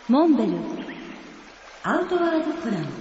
モンベルアウトワードプラン。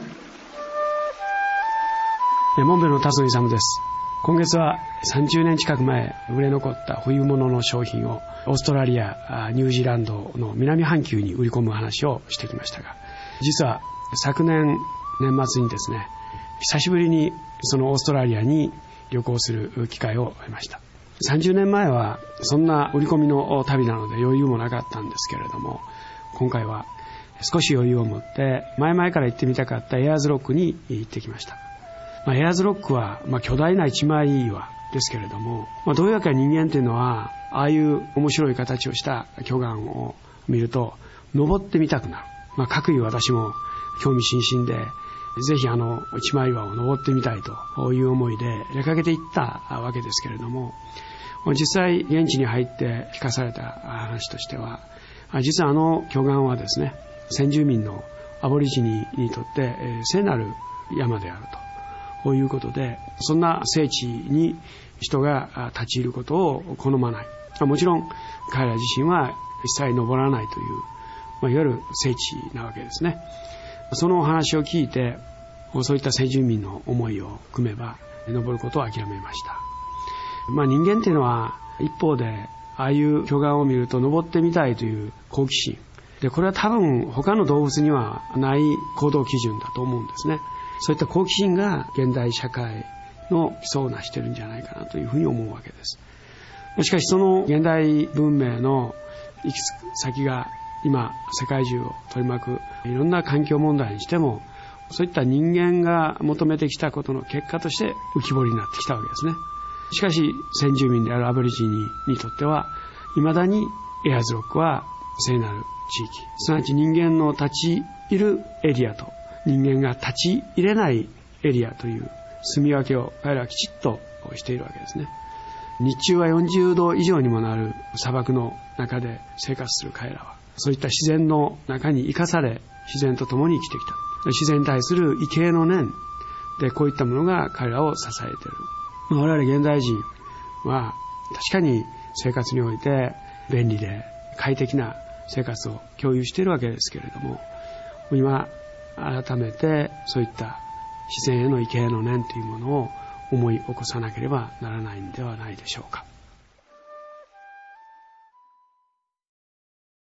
モンベルの辰野勇です。今月は30年近く前売れ残った冬物の商品をオーストラリア、ニュージーランドの南半球に売り込む話をしてきましたが、実は昨年年末にですね、久しぶりにそのオーストラリアに旅行する機会を得ました。30年前はそんな売り込みの旅なので余裕もなかったんですけれども、今回は少し余裕を持って前々から行ってみたかったエアーズロックに行ってきました。エアーズロックは巨大な一枚岩ですけれども、どういうわけか人間というのはああいう面白い形をした巨岩を見ると登ってみたくなる。かくいう私も興味津々で、ぜひ一枚岩を登ってみたいという思いで出かけていったわけですけれども、実際現地に入って聞かされた話としては、実は巨岩はですね、先住民のアボリジニにとって聖なる山であるということで、そんな聖地に人が立ち入ることを好まない。もちろん彼ら自身は一切登らないという、いわゆる聖地なわけですね。そのお話を聞いて、そういった先住民の思いを組めば登ることを諦めました。人間っていうのは一方でああいう巨岩を見ると登ってみたいという好奇心で、これは多分他の動物にはない行動基準だと思うんですね。そういった好奇心が現代社会の基礎を成しているんじゃないかなというふうに思うわけです。しかしその現代文明の行き着く先が今世界中を取り巻くいろんな環境問題にしても、そういった人間が求めてきたことの結果として浮き彫りになってきたわけですね。しかし先住民であるアボリジニにとっては未だにエアーズロックは聖なる地域、すなわち人間の立ち入るエリアと人間が立ち入れないエリアという住み分けを彼らはきちっとしているわけですね。日中は40度以上にもなる砂漠の中で生活する彼らは、そういった自然の中に生かされ、自然と共に生きてきた。自然に対する畏敬の念で、こういったものが彼らを支えている。我々現代人は確かに生活において便利で快適な生活を共有しているわけですけれども、今改めてそういった自然への畏敬の念というものを思い起こさなければならないんではないでしょうか。